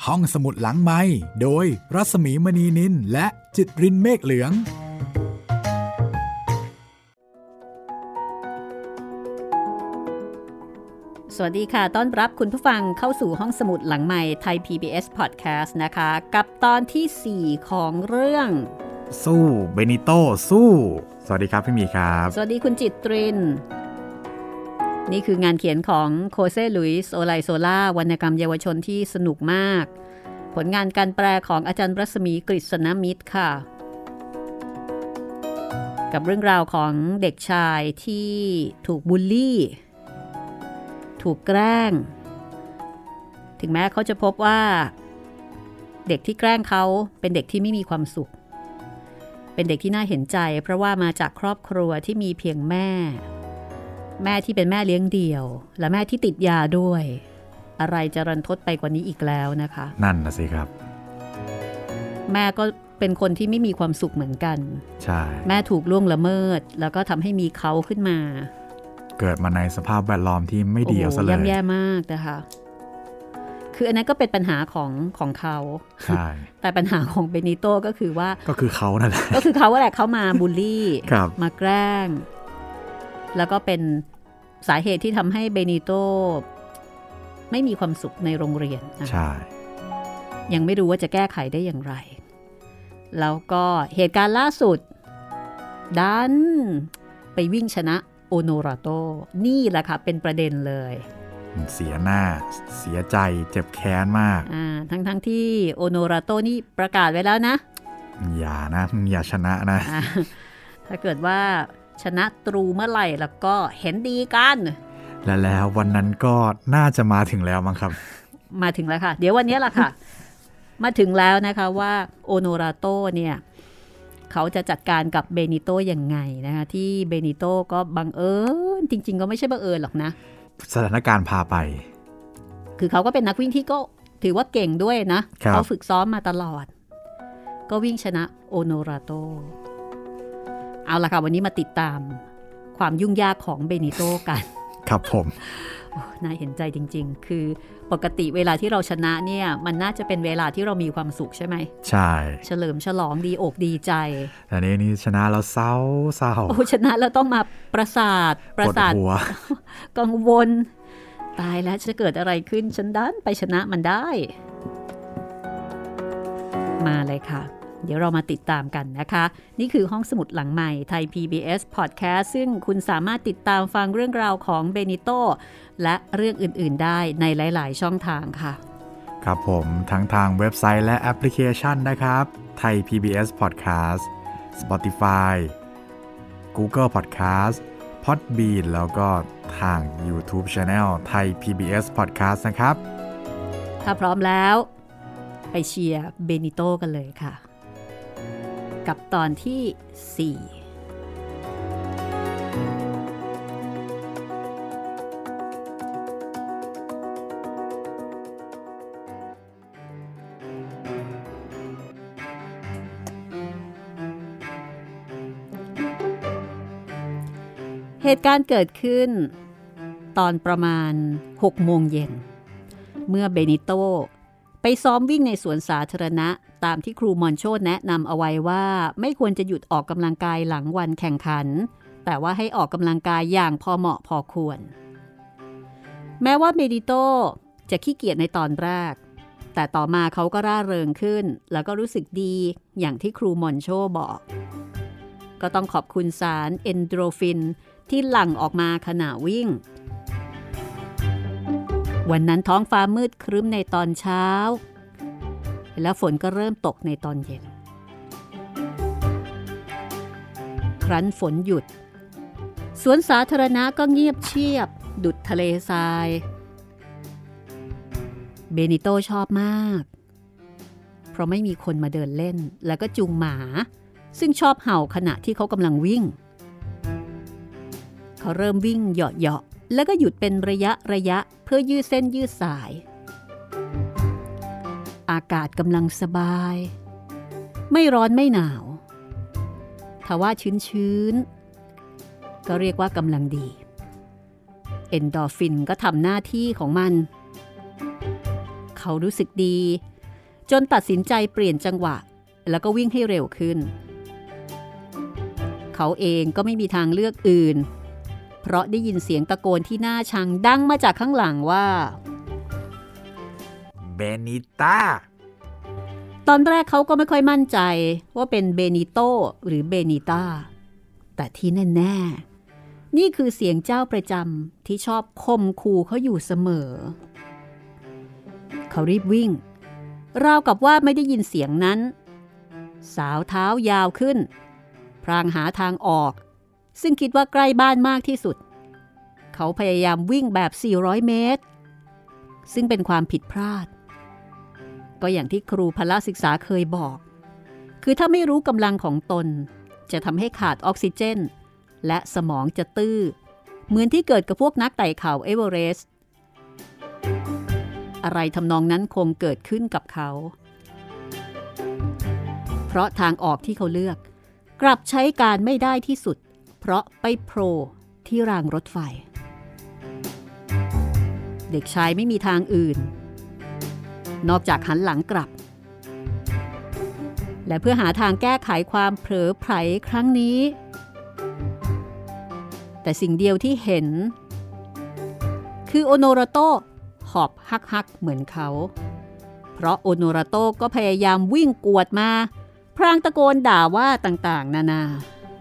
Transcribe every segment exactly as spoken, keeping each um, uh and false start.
ห้องสมุดหลังไมค์โดยรัศมีมณีนินและจิตรินเมฆเหลืองสวัสดีค่ะต้อนรับคุณผู้ฟังเข้าสู่ห้องสมุดหลังไมค์ไทย พี บี เอส Podcast นะคะกับตอนที่สี่ของเรื่องสู้เบนิโตสู้สวัสดีครับพี่มีครับสวัสดีคุณจิตรินนี่คืองานเขียนของโคเซลุยส์โอไลโซล่าวรรณกรรมเยาวชนที่สนุกมากผลงานการแปลของอาจารย์รัศมีกฤษณมิตรค่ะกับเรื่องราวของเด็กชายที่ถูกบูลลี่ถูกแกล้งถึงแม้เขาจะพบว่าเด็กที่แกล้งเขาเป็นเด็กที่ไม่มีความสุขเป็นเด็กที่น่าเห็นใจเพราะว่ามาจากครอบครัวที่มีเพียงแม่แม่ที่เป็นแม่เลี้ยงเดี่ยวและแม่ที่ติดยาด้วยอะไรจะรันทดไปกว่านี้อีกแล้วนะคะนั่นนะสิครับแม่ก็เป็นคนที่ไม่มีความสุขเหมือนกันใช่แม่ถูกล่วงละเมิดแล้วก็ทำให้มีเขาขึ้นมาเกิดมาในสภาพแวดล้อมที่ไม่ดีเอาซะเลยย่ำแย่มากนะคะคืออันนั้นก็เป็นปัญหาของของเขาใช่แต่ปัญหาของเบนิโตก็คือว่าก็คือเขานั่นแหละก็คือเขาแหละเขามาบูลลี่ มาแกล้งแล้วก็เป็นสาเหตุที่ทำให้เบนิโตไม่มีความสุขในโรงเรียนใช่ยังไม่รู้ว่าจะแก้ไขได้อย่างไรแล้วก็เหตุการณ์ล่าสุดดันไปวิ่งชนะโอโนราโตนี่แหละค่ะเป็นประเด็นเลยเสียหน้าเสียใจเจ็บแค้นมากอ่าทั้งทั้งที่โอโนราโตนี่ประกาศไว้แล้วนะอย่านะอย่าชนะนะถ้าเกิดว่าชนะตรูเมื่อไหร่แล้วก็เห็นดีกันและแล้ววันนั้นก็น่าจะมาถึงแล้วมั้งครับมาถึงแล้วค่ะเดี๋ยววันนี้แหละค่ะ มาถึงแล้วนะคะว่าโอโนราโตเนี่ยเขาจะจัดการกับเบนิโตยังไงนะคะที่เบนิโตก็บังเอิญจริงๆก็ไม่ใช่บังเอิญหรอกนะสถานการณ์พาไปคือเขาก็เป็นนักวิ่งที่ก็ถือว่าเก่งด้วยนะเขาฝึกซ้อมมาตลอดก็วิ่งชนะโอโนราโตเอาล่ะค่ะวันนี้มาติดตามความยุ่งยากของเบนิโตกันครับผมน่าเห็นใจจริงๆคือปกติเวลาที่เราชนะเนี่ยมันน่าจะเป็นเวลาที่เรามีความสุขใช่ไหมใช่เฉลิมฉลองดีอกดีใจแต่นี้นี่ชนะแล้วเศร้าเศร้าโอ้ชนะแล้วต้องมาประสาทประสาทกังวลตายแล้วจะเกิดอะไรขึ้นฉันดันไปชนะมันได้มาเลยค่ะเดี๋ยวเรามาติดตามกันนะคะนี่คือห้องสมุดหลังใหม่ไทย พี บี เอส Podcast ซึ่งคุณสามารถติดตามฟังเรื่องราวของเบนิโตและเรื่องอื่นๆได้ในหลายๆช่องทางค่ะครับผมทั้งทางเว็บไซต์และแอปพลิเคชันนะครับไทย พี บี เอส Podcast Spotify Google Podcast Podbean แล้วก็ทาง YouTube Channel ไทย พี บี เอส Podcast นะครับถ้าพร้อมแล้วไปเชียร์เบนิโตกันเลยค่ะกับตอนที่สี่เหตุการณ์เกิดขึ้นตอนประมาณหกโมงเย็นเมื่อเบนิโตไปซ้อมวิ่งในสวนสาธารณะตามที่ครูมอนโชแนะนำเอาไว้ว่าไม่ควรจะหยุดออกกำลังกายหลังวันแข่งขันแต่ว่าให้ออกกำลังกายอย่างพอเหมาะพอควรแม้ว่าเบนิโตจะขี้เกียจในตอนแรกแต่ต่อมาเขาก็ร่าเริงขึ้นแล้วก็รู้สึกดีอย่างที่ครูมอนโชบอกก็ต้องขอบคุณสารเอนโดรฟินที่หลั่งออกมาขณะวิ่งวันนั้นท้องฟ้ามืดครึ้มในตอนเช้าแล้วฝนก็เริ่มตกในตอนเย็นครั้นฝนหยุดสวนสาธารณะก็เงียบเชียบดุจทะเลทรายเบนิโตชอบมากเพราะไม่มีคนมาเดินเล่นแล้วก็จูงหมาซึ่งชอบเห่าขณะที่เขากำลังวิ่งเขาเริ่มวิ่งเหาะๆแล้วก็หยุดเป็นระยะระยะเพื่อยืดเส้นยืดสายอากาศกำลังสบายไม่ร้อนไม่หนาวทว่าชื้นๆก็เรียกว่ากำลังดีเอนโดรฟินก็ทำหน้าที่ของมันเขารู้สึกดีจนตัดสินใจเปลี่ยนจังหวะแล้วก็วิ่งให้เร็วขึ้นเขาเองก็ไม่มีทางเลือกอื่นเพราะได้ยินเสียงตะโกนที่น่าชังดังมาจากข้างหลังว่าเบนิต้าตอนแรกเขาก็ไม่ค่อยมั่นใจว่าเป็นเบนิโตหรือเบนิต้าแต่ที่แน่ๆนี่คือเสียงเจ้าประจำที่ชอบข่มขู่เขาอยู่เสมอเขารีบวิ่งราวกับว่าไม่ได้ยินเสียงนั้นสาวเท้ายาวขึ้นพรางหาทางออกซึ่งคิดว่าใกล้บ้านมากที่สุดเขาพยายามวิ่งแบบสี่ร้อยเมตรซึ่งเป็นความผิดพลาดก็อย่างที่ครูพละศึกษาเคยบอกคือถ้าไม่รู้กำลังของตนจะทำให้ขาดออกซิเจนและสมองจะตื้อเหมือนที่เกิดกับพวกนักไต่เขาเอเวอเรสต์อะไรทำนองนั้นคงเกิดขึ้นกับเขาเพราะทางออกที่เขาเลือกกลับใช้การไม่ได้ที่สุดเพราะไปโผล่ที่รางรถไฟเด็กชายไม่มีทางอื่นนอกจากหันหลังกลับและเพื่อหาทางแก้ไขความเผลอไผลครั้งนี้แต่สิ่งเดียวที่เห็นคือโอโนราโตหอบฮักๆเหมือนเขาเพราะโอโนราโตก็พยายามวิ่งกวดมาพรางตะโกนด่าว่าต่างๆนานา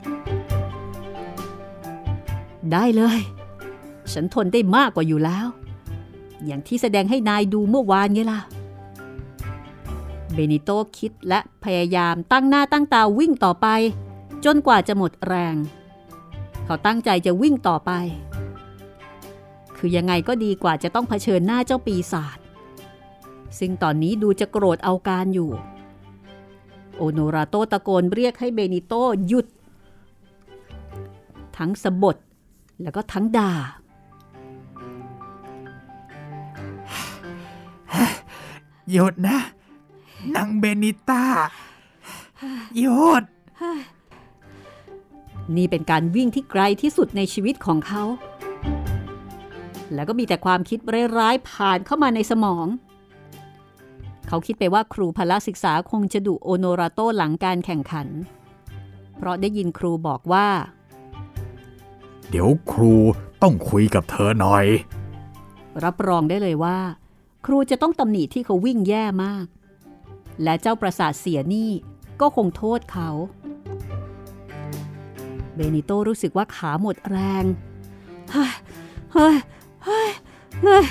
ได้เลยฉันทนได้มากกว่าอยู่แล้วอย่างที่แสดงให้นายดูเมื่อวานไงล่ะเบนิโตคิดและพยายามตั้งหน้าตั้งตาวิ่งต่อไปจนกว่าจะหมดแรงเขาตั้งใจจะวิ่งต่อไปคือยังไงก็ดีกว่าจะต้องเผชิญหน้าเจ้าปีศาจซึ่งตอนนี้ดูจะโกรธเอาการอยู่โอโนราโตตะโกนเรียกให้เบนิโตหยุดทั้งสะบดแล้วก็ทั้งด่าหยุดนะนางเบนิต้าหยุดนี่เป็นการวิ่งที่ไกลที่สุดในชีวิตของเขาแล้วก็มีแต่ความคิดร้ายๆผ่านเข้ามาในสมองเขาคิดไปว่าครูพละศึกษาคงจะดุโอโนราโตหลังการแข่งขันเพราะได้ยินครูบอกว่าเดี๋ยวครูต้องคุยกับเธอหน่อยรับรองได้เลยว่าครูจะต้องตำหนิที่เขาวิ่งแย่มากและเจ้าประสาทเสียนี่ก็คงโทษเขาเบนิโตรู้สึกว่าขาหมดแรงเฮ้ยเฮ้ยเฮ้ยเฮ้ย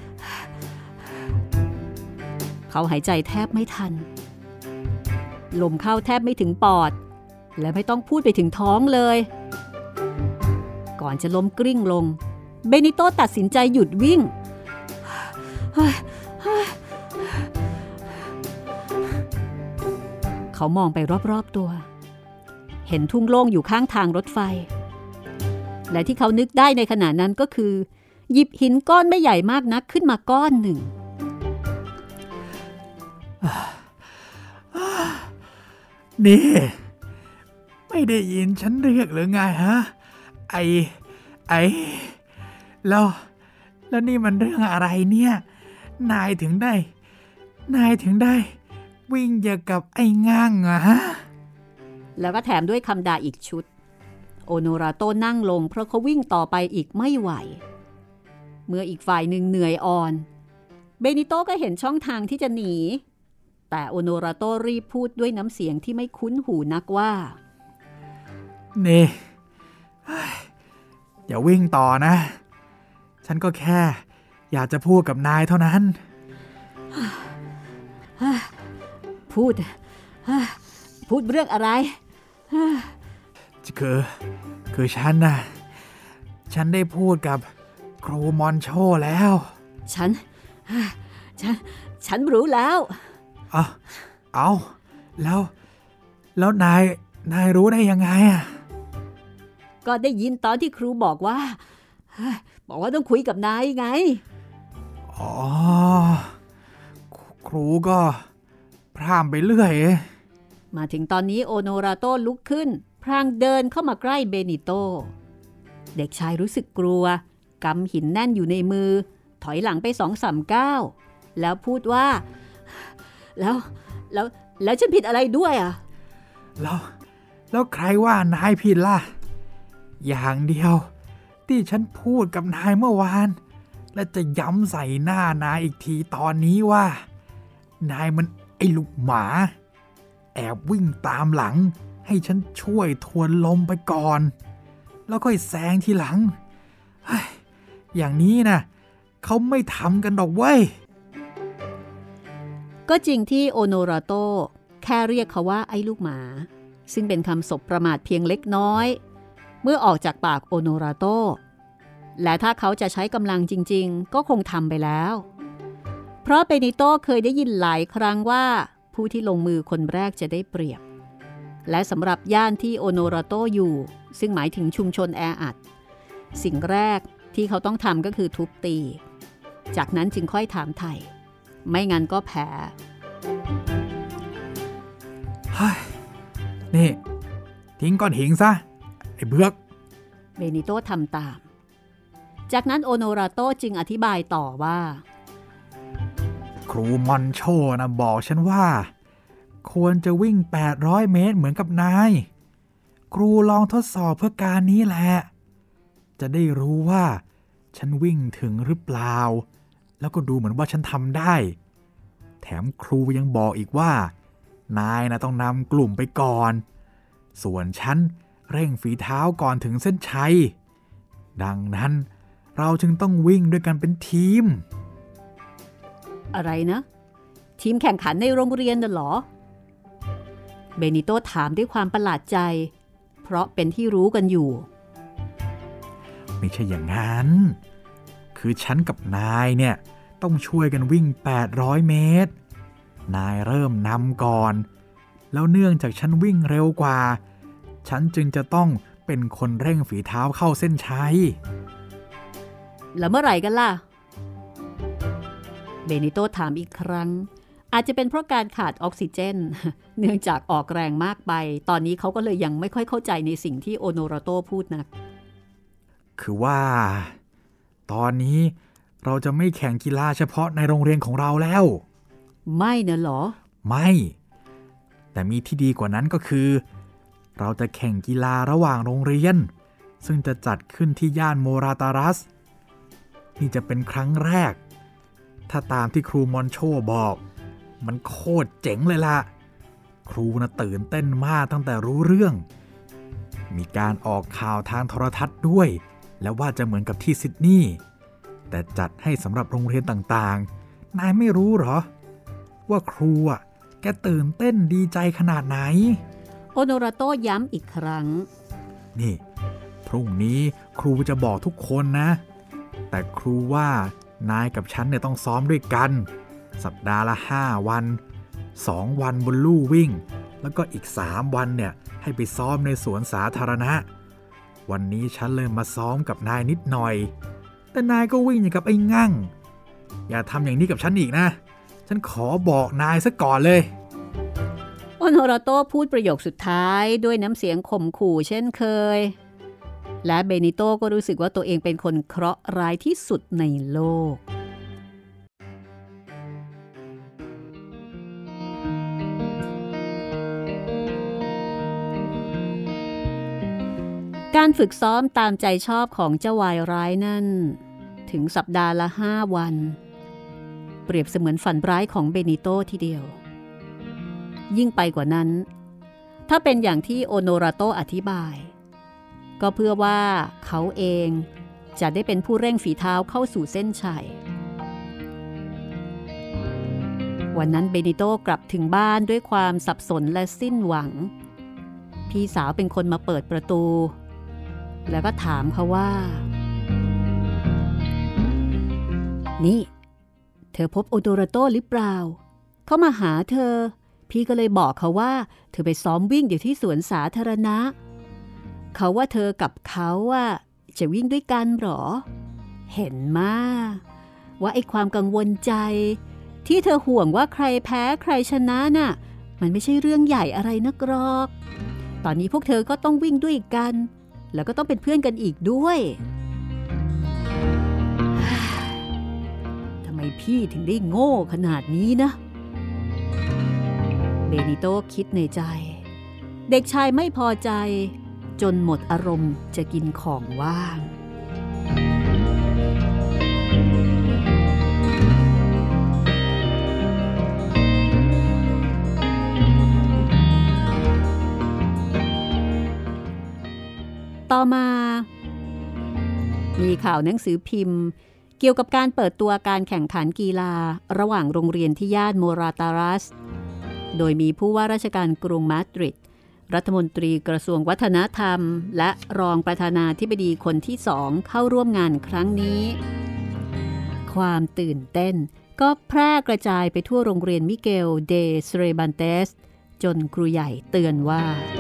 เขาหายใจแทบไม่ทันลมเข้าแทบไม่ถึงปอดและไม่ต้องพูดไปถึงท้องเลยก่อนจะล้มกลิ้งลงเบนิโตตัดสินใจหยุดวิ่งเขามองไปรอบๆตัวเห็นทุ่งโล่งอยู่ข้างทางรถไฟและที่เขานึกได้ในขณะนั้นก็คือหยิบหินก้อนไม่ใหญ่มากนักขึ้นมาก้อนหนึ่งนี่ไม่ได้ยินฉันเรียกหรือไงฮะไอไอแล้วแล้วนี่มันเรื่องอะไรเนี่ยนายถึงได้นายถึงได้วิ่งอย่างกับไอ้ง่างอะฮะแล้วก็แถมด้วยคำด่าอีกชุดโอโนราโตนั่งลงเพราะเขาวิ่งต่อไปอีกไม่ไหวเมื่ออีกฝ่ายหนึ่งเหนื่อยอ่อนเบนิโตก็เห็นช่องทางที่จะหนีแต่โอโนราโตรีบพูดด้วยน้ำเสียงที่ไม่คุ้นหูนักว่านี่อย่าวิ่งต่อนะฉันก็แค่อยากจะพูดกับนายเท่านั้นพูดพูดเรื่องอะไรคือคือฉันน่ะฉันได้พูดกับครูมอนโชแล้วฉันฉันฉันรู้แล้วเอาเอาแล้วแล้วนายนายรู้ได้ยังไงอ่ะก็ได้ยินตอนที่ครูบอกว่าบอกว่าต้องคุยกับนายไงอ๋อครูก็พร่ำไปเรื่อยมาถึงตอนนี้โอโนราโตลุกขึ้นพลางเดินเข้ามาใกล้เบนิโตเด็กชายรู้สึกกลัวกำหินแน่นอยู่ในมือถอยหลังไปสองสามก้าวแล้วพูดว่าแล้วแล้วแล้วฉันผิดอะไรด้วยอ่ะแล้วแล้วใครว่านายผิดล่ะอย่างเดียวที่ฉันพูดกับนายเมื่อวานและจะย้ำใส่หน้านายอีกทีตอนนี้ว่านายมันไอ้ลูกหมาแอบวิ่งตามหลังให้ฉันช่วยทวนลมไปก่อนแล้วค่อยแซงทีหลังอย่างนี้นะเขาไม่ทำกันดอกเว้ยก็จริงที่โอโนราโตแค่เรียกเขาว่าไอ้ลูกหมาซึ่งเป็นคำสบประมาทเพียงเล็กน้อยเมื่อออกจากปากโอโนราโตและถ้าเขาจะใช้กำลังจริงๆก็คงทำไปแล้วเพราะเบนิโตเคยได้ยินหลายครั้งว่าผู้ที่ลงมือคนแรกจะได้เปรียบและสำหรับย่านที่โอโนราโตอยู่ซึ่งหมายถึงชุมชนแออัดสิ่งแรกที่เขาต้องทำก็คือทุบตีจากนั้นจึงค่อยถามไถ่ไม่งั้นก็แพ้เฮ้ยนี่ทิ้งก้อนหินซะไอ้เบือกเบนิโตทำตามจากนั้นโอโนราโตจึงอธิบายต่อว่าครูมอนโชนะบอกฉันว่าควรจะวิ่งแปดร้อยเมตรเหมือนกับนายครูลองทดสอบเพื่อการนี้แหละจะได้รู้ว่าฉันวิ่งถึงหรือเปล่าแล้วก็ดูเหมือนว่าฉันทำได้แถมครูยังบอกอีกว่านายนะต้องนำกลุ่มไปก่อนส่วนฉันเร่งฝีเท้าก่อนถึงเส้นชัยดังนั้นเราจึงต้องวิ่งด้วยกันเป็นทีมอะไรนะทีมแข่งขันในโรงเรียนน่ะเหรอเบนิโตถามด้วยความประหลาดใจเพราะเป็นที่รู้กันอยู่ไม่ใช่อย่างนั้นคือฉันกับนายเนี่ยต้องช่วยกันวิ่งแปดร้อยเมตรนายเริ่มนำก่อนแล้วเนื่องจากฉันวิ่งเร็วกว่าฉันจึงจะต้องเป็นคนเร่งฝีเท้าเข้าเส้นชัยแล้วเมื่อไหร่กันล่ะเบนิโตถามอีกครั้งอาจจะเป็นเพราะการขาดออกซิเจนเนื่องจากออกแรงมากไปตอนนี้เขาก็เลยยังไม่ค่อยเข้าใจในสิ่งที่โอโนราโตพูดนักคือว่าตอนนี้เราจะไม่แข่งกีฬาเฉพาะในโรงเรียนของเราแล้วไม่นะหรอไม่แต่มีที่ดีกว่านั้นก็คือเราจะแข่งกีฬาระหว่างโรงเรียนซึ่งจะจัดขึ้นที่ย่านโมราตารัสนี่จะเป็นครั้งแรกถ้าตามที่ครูมอนโชบอกมันโคตรเจ๋งเลยล่ะครูน่ะตื่นเต้นมากตั้งแต่รู้เรื่องมีการออกข่าวทางโทรทัศน์ด้วยแล้วว่าจะเหมือนกับที่ซิดนีย์แต่จัดให้สำหรับโรงเรียนต่างๆนายไม่รู้เหรอว่าครูอ่ะแกตื่นเต้นดีใจขนาดไหนโอโนราโตย้ำอีกครั้งนี่พรุ่งนี้ครูจะบอกทุกคนนะแต่ครูว่านายกับฉันเนี่ยต้องซ้อมด้วยกันสัปดาห์ละห้าวันสองวันบนลู่วิ่งแล้วก็อีกสามวันเนี่ยให้ไปซ้อมในสวนสาธารณะวันนี้ฉันเลยมาซ้อมกับนายนิดหน่อยแต่นายก็วิ่งอย่างกับไอ้งั่งอย่าทำอย่างนี้กับฉันอีกนะฉันขอบอกนายซะก่อนเลยโอโนราโตพูดประโยคสุดท้ายด้วยน้ำเสียงข่มขู่เช่นเคยและเบนิโตก็รู้สึกว่าตัวเองเป็นคนเคราะห์ร้ายที่สุดในโลกการฝึกซ้อมตามใจชอบของเจ้าวายร้ายนั่นถึงสัปดาห์ละห้าวันเปรียบเสมือนฝันร้ายของเบนิโตทีเดียวยิ่งไปกว่านั้นถ้าเป็นอย่างที่โอโนราโตอธิบายก็เพื่อว่าเขาเองจะได้เป็นผู้เร่งฝีเท้าเข้าสู่เส้นชัยวันนั้นเบนิโตกลับถึงบ้านด้วยความสับสนและสิ้นหวังพี่สาวเป็นคนมาเปิดประตูแล้วก็ถามเขาว่านี่เธอพบโอโนราโตหรือเปล่าเขามาหาเธอพี่ก็เลยบอกเขาว่าเธอไปซ้อมวิ่งอยู่ที่สวนสาธารณะเขาว่าเธอกับเขาว่าจะวิ่งด้วยกันหรอเห็นมาว่าไอ้ความกังวลใจที่เธอห่วงว่าใครแพ้ใครชนะน่ะมันไม่ใช่เรื่องใหญ่อะไรนักหรอกตอนนี้พวกเธอก็ต้องวิ่งด้วยกันแล้วก็ต้องเป็นเพื่อนกันอีกด้วยทำไมพี่ถึงได้โง่ขนาดนี้นะเบนิโต้คิดในใจเด็กชายไม่พอใจจนหมดอารมณ์จะกินของว่างต่อมามีข่าวหนังสือพิมพ์เกี่ยวกับการเปิดตัวการแข่งขันกีฬาระหว่างโรงเรียนที่ย่านโมราตารัสโดยมีผู้ว่าราชการกรุงมาดริดรัฐมนตรีกระทรวงวัฒนธรรมและรองประธานาธิบดีคนที่สองเข้าร่วมงานครั้งนี้ความตื่นเต้นก็แพร่กระจายไปทั่วโรงเรียนมิเกลเดเซเรบันเตสจนครูใหญ่เตือนว่า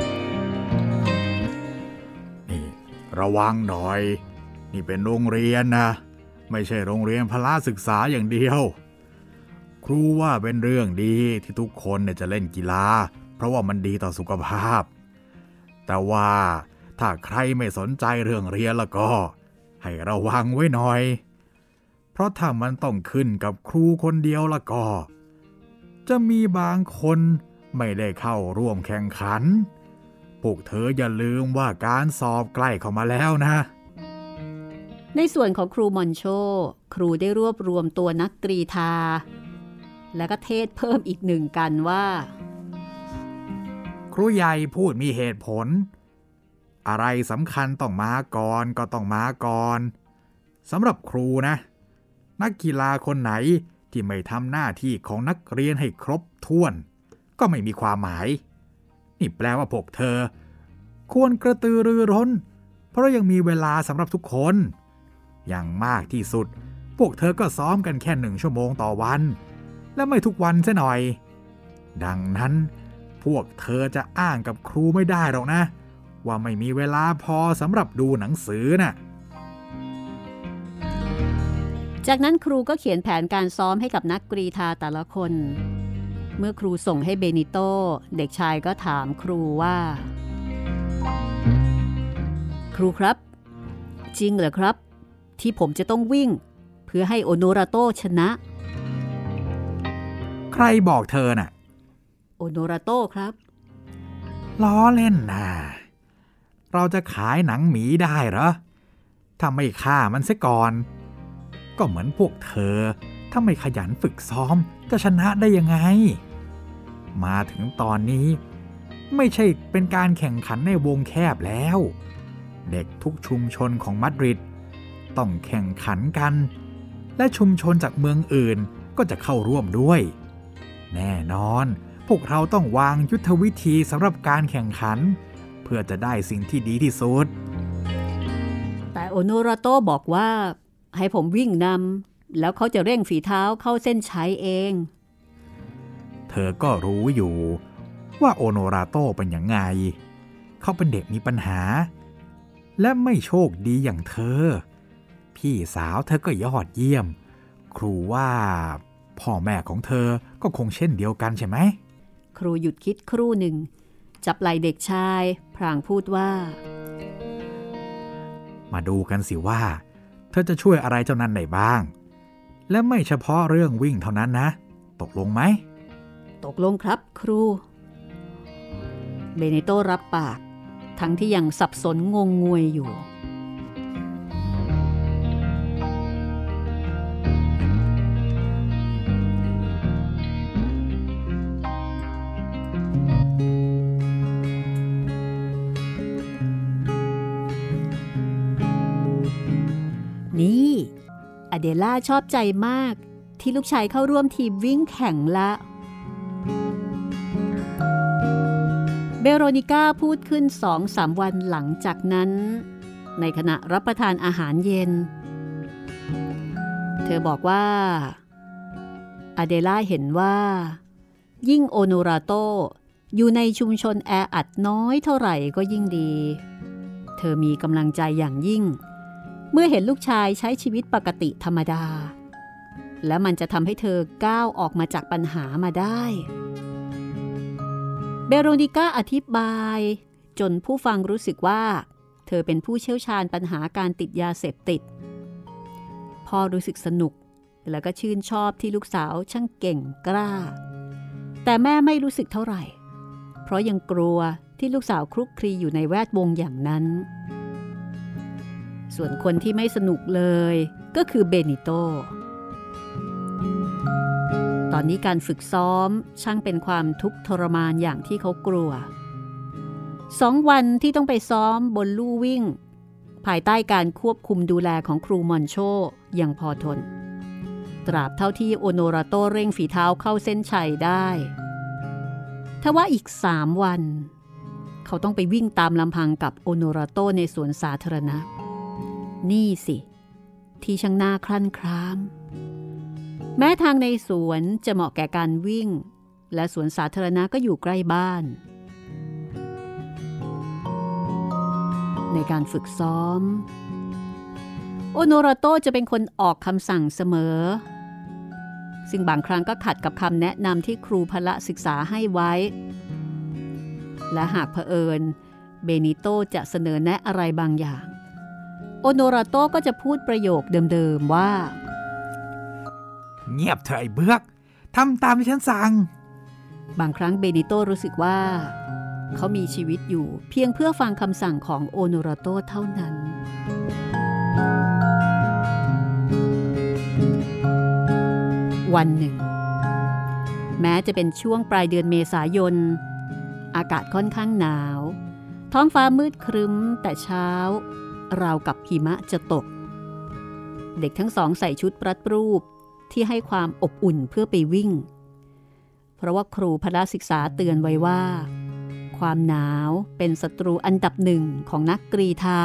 นี่ระวังหน่อยนี่เป็นโรงเรียนนะไม่ใช่โรงเรียนพละศึกษาอย่างเดียวครูว่าเป็นเรื่องดีที่ทุกคนเนี่ยจะเล่นกีฬาเพราะว่ามันดีต่อสุขภาพแต่ว่าถ้าใครไม่สนใจเรื่องเรียนแล้วก็ให้ระวังไว้หน่อยเพราะถ้ามันต้องขึ้นกับครูคนเดียวแล้วก็จะมีบางคนไม่ได้เข้าร่วมแข่งขันพวกเธออย่าลืมว่าการสอบใกล้เข้ามาแล้วนะในส่วนของครูมอนโชครูได้รวบรวมตัวนักกรีฑาและก็เทศเพิ่มอีกหนึ่งกันว่าครูใหญ่พูดมีเหตุผลอะไรสำคัญต้องมาก่อนก็ต้องมาก่อนสำหรับครูนะนักกีฬาคนไหนที่ไม่ทำหน้าที่ของนักเรียนให้ครบถ้วนก็ไม่มีความหมายนี่แปลว่าพวกเธอควรกระตือรือร้นเพราะยังมีเวลาสำหรับทุกคนอย่างมากที่สุดพวกเธอก็ซ้อมกันแค่หนึ่งชั่วโมงต่อวันและไม่ทุกวันซะหน่อยดังนั้นพวกเธอจะอ้างกับครูไม่ได้หรอกนะว่าไม่มีเวลาพอสำหรับดูหนังสือน่ะจากนั้นครูก็เขียนแผนการซ้อมให้กับนักกรีฑาแต่ละคนเมื่อครูส่งให้เบนิโต้เด็กชายก็ถามครูว่าครูครับจริงเหรอครับที่ผมจะต้องวิ่งเพื่อให้โอโนราโต้ชนะใครบอกเธอน่ะโอโนราโต้ครับล้อเล่นนะเราจะขายหนังหมีได้เหรอถ้าไม่ฆ่ามันเสียก่อนก็เหมือนพวกเธอถ้าไม่ขยันฝึกซ้อมจะชนะได้ยังไงมาถึงตอนนี้ไม่ใช่เป็นการแข่งขันในวงแคบแล้วเด็กทุกชุมชนของมาดริดต้องแข่งขันกันและชุมชนจากเมืองอื่นก็จะเข้าร่วมด้วยแน่นอนพวกเราต้องวางยุทธวิธีสำหรับการแข่งขันเพื่อจะได้สิ่งที่ดีที่สุดแต่โอโนราโต้บอกว่าให้ผมวิ่งนำแล้วเขาจะเร่งฝีเท้าเข้าเส้นชัยเองเธอก็รู้อยู่ว่าโอโนราโต้เป็นอย่างไงเขาเป็นเด็กมีปัญหาและไม่โชคดีอย่างเธอพี่สาวเธอก็ยอดเยี่ยมครูว่าพ่อแม่ของเธอก็คงเช่นเดียวกันใช่ไหมครูหยุดคิดครู่หนึ่งจับไหล่เด็กชายพลางพูดว่ามาดูกันสิว่าเธอจะช่วยอะไรเจ้านั้นได้บ้างและไม่เฉพาะเรื่องวิ่งเท่านั้นนะตกลงไหมตกลงครับครูเบเนโต้รับปากทั้งที่ยังสับสนงงงวยอยู่นี่อเดล่าชอบใจมากที่ลูกชายเข้าร่วมทีมวิ่งแข่งละเบโรนิก้าพูดขึ้น สองสาม วันหลังจากนั้นในขณะรับประทานอาหารเย็นเธอบอกว่าอเดล่าเห็นว่ายิ่งโอโนราโตอยู่ในชุมชนแออัดน้อยเท่าไหร่ก็ยิ่งดีเธอมีกำลังใจอย่างยิ่งเมื่อเห็นลูกชายใช้ชีวิตปกติธรรมดาและมันจะทำให้เธอก้าวออกมาจากปัญหามาได้เบโรนิก้าอธิบายจนผู้ฟังรู้สึกว่าเธอเป็นผู้เชี่ยวชาญปัญหาการติดยาเสพติดพ่อรู้สึกสนุกแล้วก็ชื่นชอบที่ลูกสาวช่างเก่งกล้าแต่แม่ไม่รู้สึกเท่าไหร่เพราะยังกลัวที่ลูกสาวคลุกคลีอยู่ในแวดวงอย่างนั้นส่วนคนที่ไม่สนุกเลยก็คือเบนิโตตอนนี้การฝึกซ้อมช่างเป็นความทุกข์ทรมานอย่างที่เขากลัวสองวันที่ต้องไปซ้อมบนลู่วิ่งภายใต้การควบคุมดูแลของครูมอนโชยังพอทนตราบเท่าที่โอโนราโตเร่งฝีเท้าเข้าเส้นชัยได้ทว่าอีกสามวันเขาต้องไปวิ่งตามลำพังกับโอโนราโตในสวนสาธารณะนี่สิที่ช่างน่าคลั่นคล้ามแม้ทางในสวนจะเหมาะแก่การวิ่งและสวนสาธารณะก็อยู่ใกล้บ้านในการฝึกซ้อมโอโนราโตจะเป็นคนออกคำสั่งเสมอซึ่งบางครั้งก็ขัดกับคำแนะนำที่ครูพละศึกษาให้ไว้และหากเผอิญเบนิโตจะเสนอแนะอะไรบางอย่างโอโนราโตก็จะพูดประโยคเดิมๆว่าเงียบเถอะไอ้เบือกทำตามที่ฉันสั่งบางครั้งเบนิโตรู้สึกว่าเขามีชีวิตอยู่เพียงเพื่อฟังคำสั่งของโอโนราโตเท่านั้นวันหนึ่งแม้จะเป็นช่วงปลายเดือนเมษายนอากาศค่อนข้างหนาวท้องฟ้ามืดครึ้มแต่เช้าราวกับหิมะจะตกเด็กทั้งสองใส่ชุดปรัดรูปที่ให้ความอบอุ่นเพื่อไปวิ่งเพราะว่าครูพละศึกษาเตือนไว้ว่าความหนาวเป็นศัตรูอันดับหนึ่งของนักกรีฑา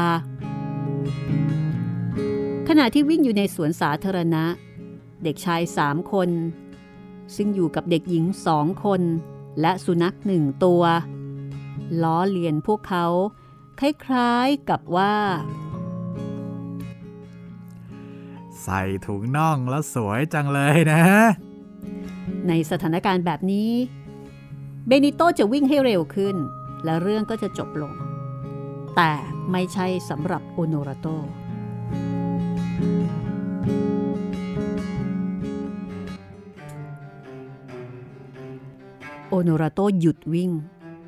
ขณะที่วิ่งอยู่ในสวนสาธารณะเด็กชายสามคนซึ่งอยู่กับเด็กหญิงสองคนและสุนัขหนึ่งตัวล้อเลียนพวกเขาคล้ายๆกับว่าใส่ถุงน่องแล้วสวยจังเลยนะในสถานการณ์แบบนี้เบนิโตจะวิ่งให้เร็วขึ้นและเรื่องก็จะจบลงแต่ไม่ใช่สำหรับโอโนราโตโอโนราโตหยุดวิ่ง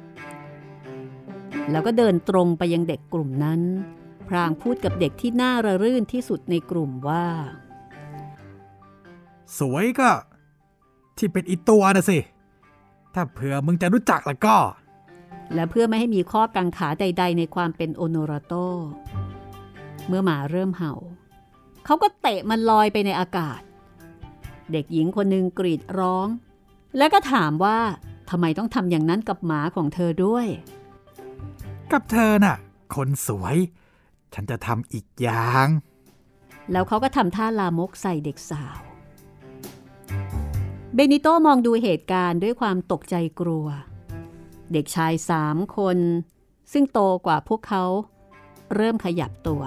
แล้วก็เดินตรงไปยังเด็กกลุ่มนั้นพลางพูดกับเด็กที่น่าระรื่นที่สุดในกลุ่มว่าสวยก็ที่เป็นอีตัวนะสิถ้าเผื่อมึงจะรู้จักแล้วก็และเพื่อไม่ให้มีข้อกังขาใดๆในความเป็นโอโนราโตเมื่อหมาเริ่มเห่าเขาก็เตะมันลอยไปในอากาศเด็กหญิงคนหนึ่งกรีดร้องและก็ถามว่าทำไมต้องทำอย่างนั้นกับหมาของเธอด้วยกับเธอน่ะคนสวยฉันจะทำอีกอย่างแล้วเขาก็ทำท่าลามกใส่เด็กสาวเบนิโตมองดูเหตุการณ์ด้วยความตกใจกลัวเด็กชายสามคนซึ่งโตกว่าพวกเขาเริ่มขยับตัว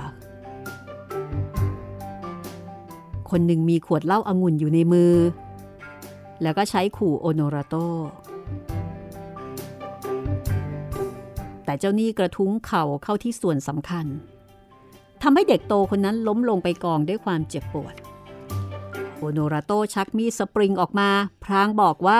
คนหนึ่งมีขวดเหล้าองุ่นอยู่ในมือแล้วก็ใช้ขู่โอโนราโตแต่เจ้านี่กระทุ้งเข่าเข้าที่ส่วนสำคัญทำให้เด็กโตคนนั้นล้มลงไปกองด้วยความเจ็บปวดโอโนราโตชักมีดสปริงออกมาพลางบอกว่า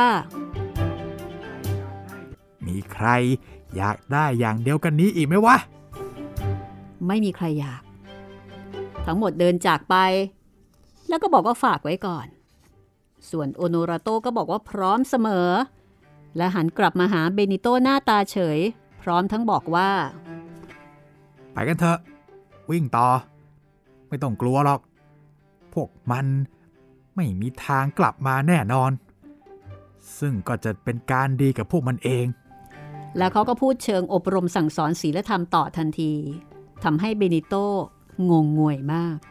มีใครอยากได้อย่างเดียวกันนี้อีกไหมวะไม่มีใครอยากทั้งหมดเดินจากไปแล้วก็บอกว่าฝากไว้ก่อนส่วนโอโนราโตก็บอกว่าพร้อมเสมอและหันกลับมาหาเบนิโตหน้าตาเฉยพร้อมทั้งบอกว่าไปกันเถอะวิ่งต่อไม่ต้องกลัวหรอกพวกมันไม่มีทางกลับมาแน่นอนซึ่งก็จะเป็นการดีกับพวกมันเองแล้วเขาก็พูดเชิงอบรมสั่งสอนศีลธรรมต่อทันทีทำให้เบนิโตงงงวยมาก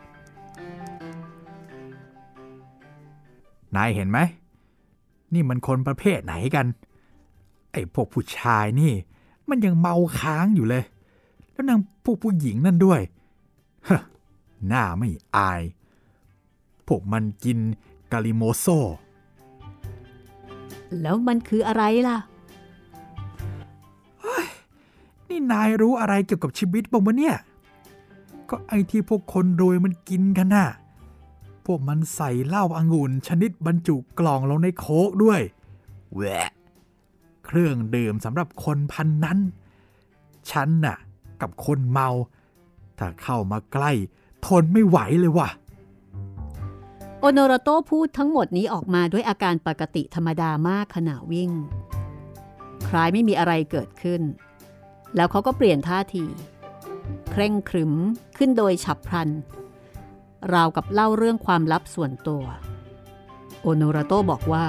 นายเห็นไหมนี่มันคนประเภทไหนกันไอ้พวกผู้ชายนี่มันยังเมาค้างอยู่เลยแล้วนางพวกผู้หญิงนั่นด้วยฮะหน้าไม่อายพวกมันกินกาลิโมโซแล้วมันคืออะไรล่ะนี่นายรู้อะไรเกี่ยวกับชีวิตบ้างวะเนี่ยก็ไอ้ที่พวกคนรวยมันกินกันน่ะพวกมันใส่เหล้าองุ่นชนิดบรรจุกล่องลงในโค้กด้วยแหวะเครื่องดื่มสำหรับคนพันนั้นฉันน่ะกับคนเมาถ้าเข้ามาใกล้ทนไม่ไหวเลยว่ะโอโนราโตพูดทั้งหมดนี้ออกมาด้วยอาการปกติธรรมดามากขณะวิ่งคล้ายไม่มีอะไรเกิดขึ้นแล้วเขาก็เปลี่ยนท่าทีเคร่งครึ้มขึ้นโดยฉับพลันราวกับเล่าเรื่องความลับส่วนตัวโอโนราโตบอกว่า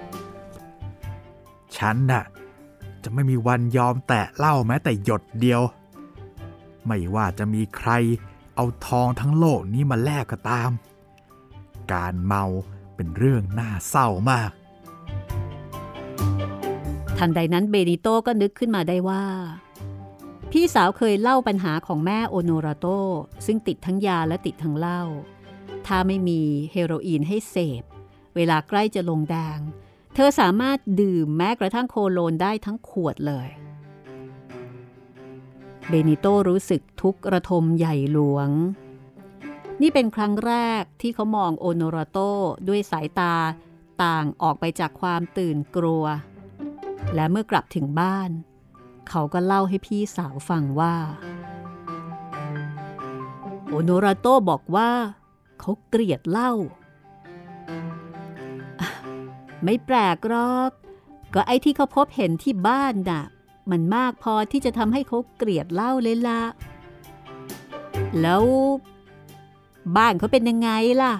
ฉันน่ะจะไม่มีวันยอมแตะเหล้าแม้แต่หยดเดียวไม่ว่าจะมีใครเอาทองทั้งโลกนี้มาแลกก็ตามการเมาเป็นเรื่องน่าเศร้ามากทันใดนั้นเบนิโต้ก็นึกขึ้นมาได้ว่าพี่สาวเคยเล่าปัญหาของแม่โอโนราโตซึ่งติดทั้งยาและติดทั้งเหล้าถ้าไม่มีเฮโรอีนให้เสพเวลาใกล้จะลงแดงเธอสามารถดื่มแม้กระทั่งโคโลนได้ทั้งขวดเลยเบนิโต้รู้สึกทุกข์ระทมใหญ่หลวงนี่เป็นครั้งแรกที่เขามองโอโนราโตด้วยสายตาต่างออกไปจากความตื่นกลัวและเมื่อกลับถึงบ้านเขาก็เล่าให้พี่สาวฟังว่าโอโนราโตบอกว่าเขาเกลียดเหล้าไม่แปลกหรอกก็ไอ้ที่เขาพบเห็นที่บ้านน่ะมันมากพอที่จะทำให้เขาเกลียดเหล้าเลยล่ะแล้วบ้านเขาเป็นยังไงล่ะ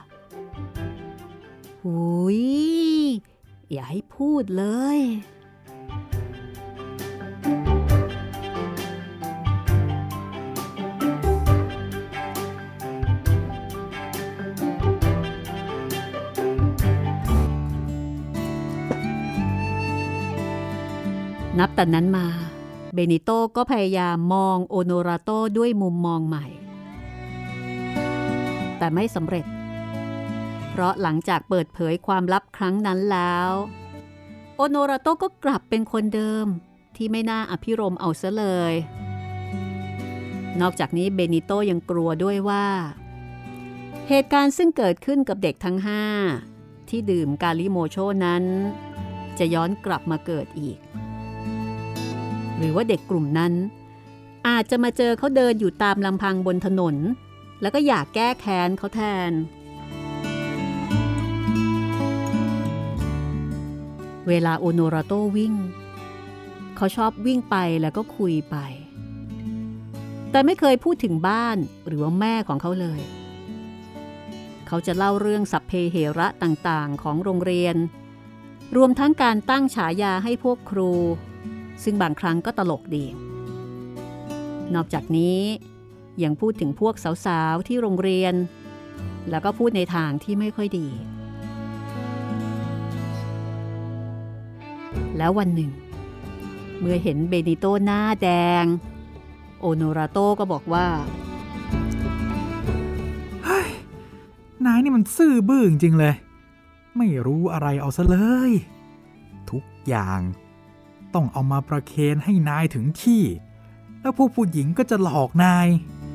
หุยอย่าให้พูดเลยนับแต่นั้นมาเบนิโต้ก็พยายามมองโอโนราโตด้วยมุมมองใหม่แต่ไม่สำเร็จเพราะหลังจากเปิดเผยความลับครั้งนั้นแล้วโอโนราโตก็กลับเป็นคนเดิมที่ไม่น่าอภิรมย์เอาซะเลยนอกจากนี้เบนิโต้ยังกลัวด้วยว่าเหตุการณ์ซึ่งเกิดขึ้นกับเด็กทั้งห้าที่ดื่มกาลิโมโชนั้นจะย้อนกลับมาเกิดอีกหรือว่าเด็กกลุ่มนั้นอาจจะมาเจอเขาเดินอยู่ตามลำพังบนถนนแล้วก็อยากแก้แค้นเขาแทนเวลาโอโนราโตวิ่งเขาชอบวิ่งไปแล้วก็คุยไปแต่ไม่เคยพูดถึงบ้านหรือว่าแม่ของเขาเลยเขาจะเล่าเรื่องสัพเพเหระต่างๆของโรงเรียนรวมทั้งการตั้งฉายาให้พวกครูซึ่งบางครั้งก็ตลกดีนอกจากนี้ยังพูดถึงพวกสาวๆที่โรงเรียนแล้วก็พูดในทางที่ไม่ค่อยดีแล้ววันหนึ่งเมื่อเห็นเบนิโต้หน้าแดงโอโนราโตก็บอกว่าเฮ้ยนายนี่มันซื่อบื้อจริงๆเลยไม่รู้อะไรเอาซะเลยทุกอย่างต้องเอามาประเคนให้นายถึงที่แล้วพวกผู้หญิงก็จะหลอกนาย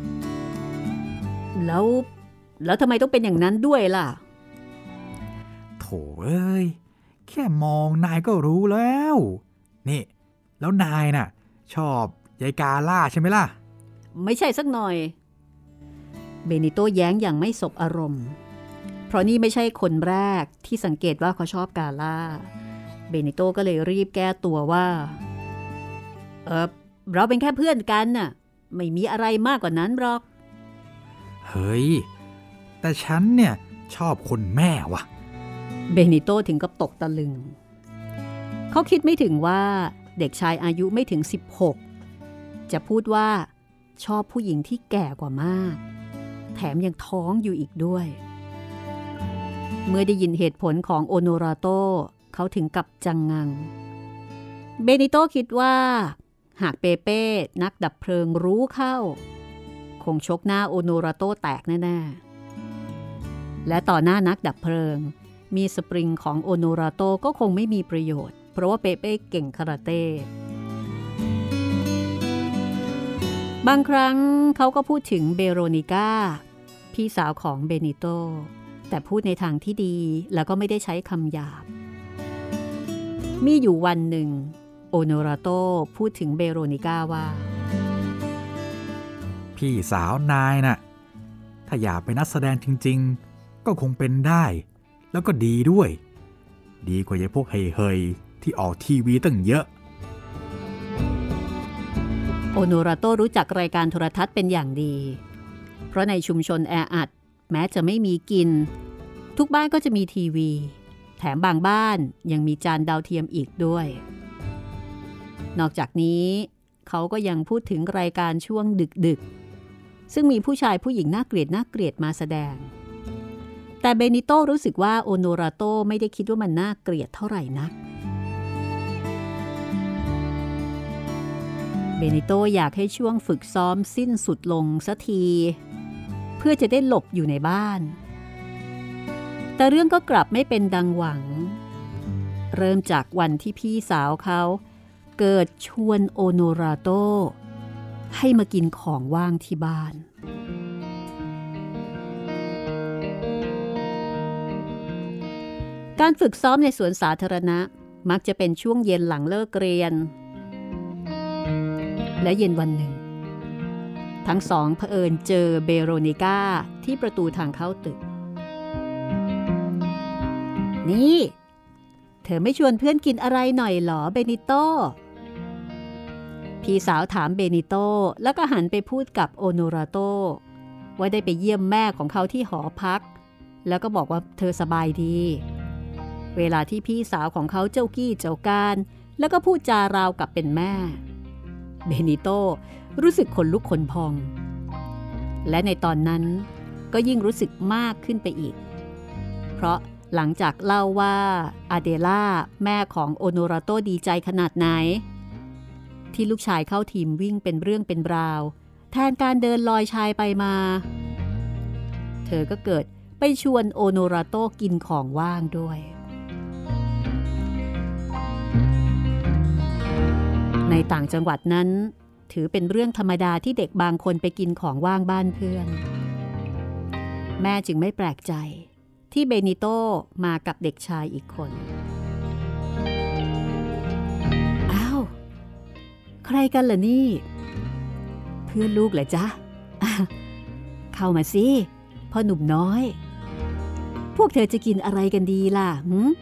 แล้วแล้วทำไมต้องเป็นอย่างนั้นด้วยล่ะโถเอ้ยแค่มองนายก็รู้แล้วนี่แล้วนายน่ะชอบยายกาล่าใช่ไหมล่ะไม่ใช่สักหน่อยเบนิโต้แย้งอย่างไม่สบอารมณ์เพราะนี่ไม่ใช่คนแรกที่สังเกตว่าเขาชอบกาล่าเบนิโต้ก็เลยรีบแก้ตัวว่าเออเราเป็นแค่เพื่อนกันน่ะไม่มีอะไรมากกว่านั้นหรอกเฮ้ยแต่ฉันเนี่ยชอบคนแม่ว่ะเบนิโต้ถึงกับตกตะลึงเขาคิดไม่ถึงว่าเด็กชายอายุไม่ถึงสิบหกจะพูดว่าชอบผู้หญิงที่แก่กว่ามากแถมยังท้องอยู่อีกด้วยเมื่อได้ยินเหตุผลของโอโนราโตเขาถึงกับจังงังเบนิโต้คิดว่าหากเปเป้นักดับเพลิงรู้เข้าคงชกหน้าโอโนราโตแตกแน่ๆและต่อหน้านักดับเพลิงมีสปริงของโอโนราโตก็คงไม่มีประโยชน์เพราะว่าเปเป้เก่งคาราเต้บางครั้งเขาก็พูดถึงเบโรนิก้าพี่สาวของเบนิโตแต่พูดในทางที่ดีแล้วก็ไม่ได้ใช้คำหยาบมีอยู่วันหนึ่งโอโนราโตพูดถึงเบโรนิก้าว่าพี่สาวนายน่ะถ้าอยากเป็นนักแสดงจริงๆก็คงเป็นได้แล้วก็ดีด้วยดีกว่ายายพวกเฮยๆที่ออกทีวีตั้งเยอะโอโนราโตรู้จักรายการโทรทัศน์เป็นอย่างดีเพราะในชุมชนแออัดแม้จะไม่มีกินทุกบ้านก็จะมีทีวีแถมบางบ้านยังมีจานดาวเทียมอีกด้วยนอกจากนี้เขาก็ยังพูดถึงรายการช่วงดึกๆซึ่งมีผู้ชายผู้หญิงน่าเกลียดน่าเกลียดมาแสดงแต่เบนิโตรู้สึกว่าโอโนราโตไม่ได้คิดว่ามันน่าเกลียดเท่าไหร่นักเบนิโตอยากให้ช่วงฝึกซ้อมสิ้นสุดลงสักทีเพื่อจะได้หลบอยู่ในบ้านแต่เรื่องก็กลับไม่เป็นดังหวังเริ่มจากวันที่พี่สาวเขาเกิดชวนโอโนราโตให้มากินของว่างที่บ้านการฝึกซ้อมในสวนสาธารณะมักจะเป็นช่วงเย็นหลังเลิกเรียนและเย็นวันหนึ่งทั้งสองเผอิญเจอเบโรนิก้าที่ประตูทางเข้าตึกนี่เธอไม่ชวนเพื่อนกินอะไรหน่อยหรอเบนิโตพี่สาวถามเบนิโตแล้วก็หันไปพูดกับโอโนราโตว่าได้ไปเยี่ยมแม่ของเขาที่หอพักแล้วก็บอกว่าเธอสบายดีเวลาที่พี่สาวของเขาเจ้ากี้เจ้าการแล้วก็พูดจาราวกับเป็นแม่เบนิโตรู้สึกขนลุกขนพองและในตอนนั้นก็ยิ่งรู้สึกมากขึ้นไปอีกเพราะหลังจากเล่าว่าอาเดล่าแม่ของโอโนราโตดีใจขนาดไหนที่ลูกชายเข้าทีมวิ่งเป็นเรื่องเป็นราวแทนการเดินลอยชายไปมาเธอก็เกิดไปชวนโอโนราโตกินของว่างด้วยในต่างจังหวัดนั้นถือเป็นเรื่องธรรมดาที่เด็กบางคนไปกินของว่างบ้านเพื่อนแม่จึงไม่แปลกใจที่เบนิโตมากับเด็กชายอีกคนอ้าวใครกันล่ะนี่เพื่อนลูกเหรอจ๊ะเข้ามาสิพ่อหนุ่มน้อยพวกเธอจะกินอะไรกันดีล่ะหืม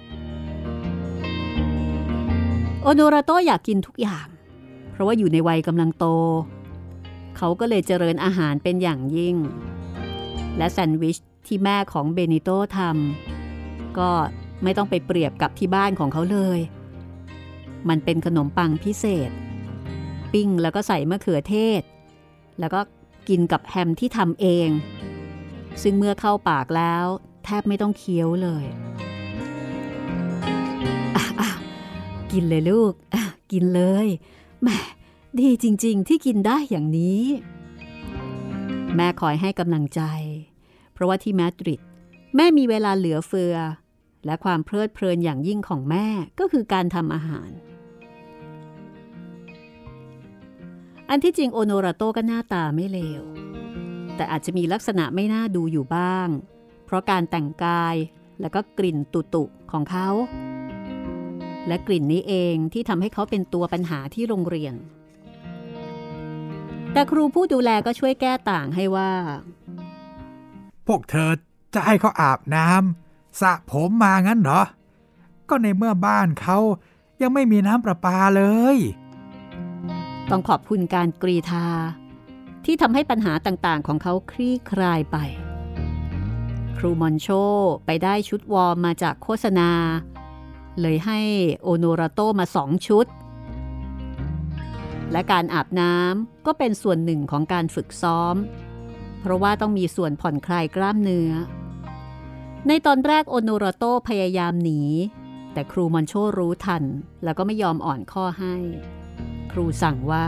โอโนราโตอยากกินทุกอย่างเพราะว่าอยู่ในวัยกำลังโตเขาก็เลยเจริญอาหารเป็นอย่างยิ่งและแซนด์วิชที่แม่ของเบนิโตทำก็ไม่ต้องไปเปรียบกับที่บ้านของเขาเลยมันเป็นขนมปังพิเศษปิ้งแล้วก็ใส่มะเขือเทศแล้วก็กินกับแฮมที่ทำเองซึ่งเมื่อเข้าปากแล้วแทบไม่ต้องเคี้ยวเลยอ่ะกินเลยลูกกินเลยแหมดีจริงๆที่กินได้อย่างนี้แม่คอยให้กำลังใจเพราะว่าที่มาดริดแม่มีเวลาเหลือเฟือและความเพลิดเพลินอย่างยิ่งของแม่ก็คือการทำอาหารอันที่จริงโอโนราโตก็หน้าตาไม่เลวแต่อาจจะมีลักษณะไม่น่าดูอยู่บ้างเพราะการแต่งกายและก็กลิ่นตุตุของเขาและกลิ่นนี้เองที่ทำให้เขาเป็นตัวปัญหาที่โรงเรียนแต่ครูผู้ดูแลก็ช่วยแก้ต่างให้ว่าพวกเธอจะให้เขาอาบน้ำสระผมมางั้นเหรอก็ในเมื่อบ้านเขายังไม่มีน้ำประปาเลยต้องขอบคุณการกรีธาที่ทำให้ปัญหาต่างๆของเขาคลี่คลายไปครูมอนโชไปได้ชุดวอร์มมาจากโฆษณาเลยให้โอโนราโตมาสองชุดและการอาบน้ำก็เป็นส่วนหนึ่งของการฝึกซ้อมเพราะว่าต้องมีส่วนผ่อนคลายกล้ามเนื้อในตอนแรกโอโนราโตพยายามหนีแต่ครูมอนโชรู้ทันแล้วก็ไม่ยอมอ่อนข้อให้ครูสั่งว่า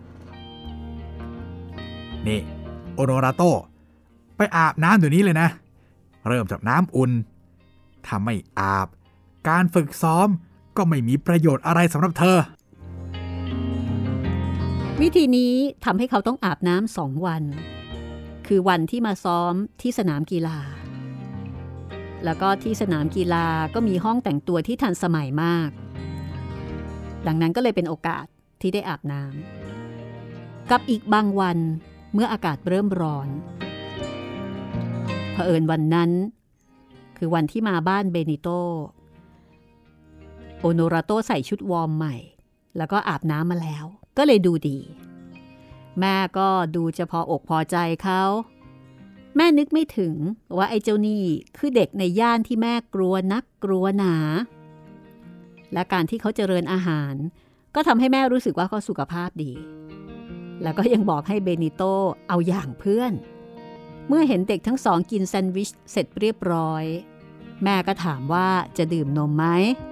นี่โอโนราโตไปอาบน้ำเดี๋ยวนี้เลยนะเริ่มจากน้ำอุ่นถ้าไม่อาบการฝึกซ้อมก็ไม่มีประโยชน์อะไรสำหรับเธอวิธีนี้ทำให้เขาต้องอาบน้ำสองวันคือวันที่มาซ้อมที่สนามกีฬาแล้วก็ที่สนามกีฬาก็มีห้องแต่งตัวที่ทันสมัยมากดังนั้นก็เลยเป็นโอกาสที่ได้อาบน้ำกับอีกบางวันเมื่ออากาศเริ่มร้อนเผอิญวันนั้นคือวันที่มาบ้านเบนิโตโอโนราโตใส่ชุดวอร์มใหม่แล้วก็อาบน้ำมาแล้วก็เลยดูดีแม่ก็ดูจะพออกพอใจเขาแม่นึกไม่ถึงว่าไอ้เจ้านี่คือเด็กในย่านที่แม่กลัวนักกลัวหนาและการที่เขาเจริญอาหารก็ทำให้แม่รู้สึกว่าเขาสุขภาพดีแล้วก็ยังบอกให้เบนิโตเอาอย่างเพื่อนเมื่อเห็นเด็กทั้งสองกินแซนด์วิชเสร็จเรียบร้อยแม่ก็ถามว่าจะดื่มนมไหม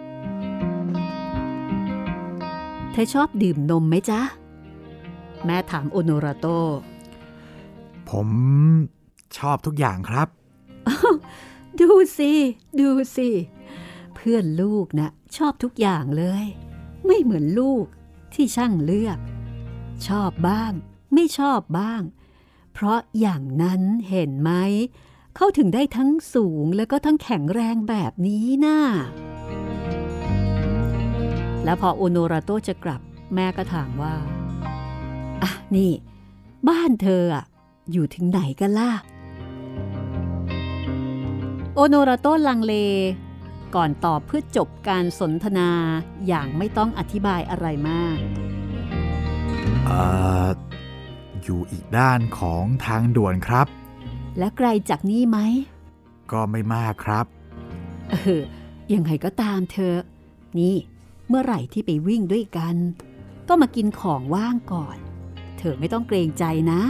เธอชอบดื่มนมไหมจ๊ะแม่ถามโอโนราโตผมชอบทุกอย่างครับดูสิดูสิเพื่อนลูกนะชอบทุกอย่างเลยไม่เหมือนลูกที่ช่างเลือกชอบบ้างไม่ชอบบ้างเพราะอย่างนั้นเห็นไหมเขาถึงได้ทั้งสูงแล้วก็ทั้งแข็งแรงแบบนี้น่ะแล้วพอโอโนราโตจะกลับแม่ก็ถามว่าอ่ะนี่บ้านเธออ่ะอยู่ถึงไหนกันล่ะโอโนราโตลังเลก่อนตอบเพื่อจบการสนทนาอย่างไม่ต้องอธิบายอะไรมากเอ่ออยู่อีกด้านของทางด่วนครับและไกลจากนี่ไหมก็ไม่มากครับเออยังไงก็ตามเธอนี่เมื่อไหร่ที่ไปวิ่งด้วยกันก็มากินของว่างก่อนเธอไม่ต้องเกรงใจนะ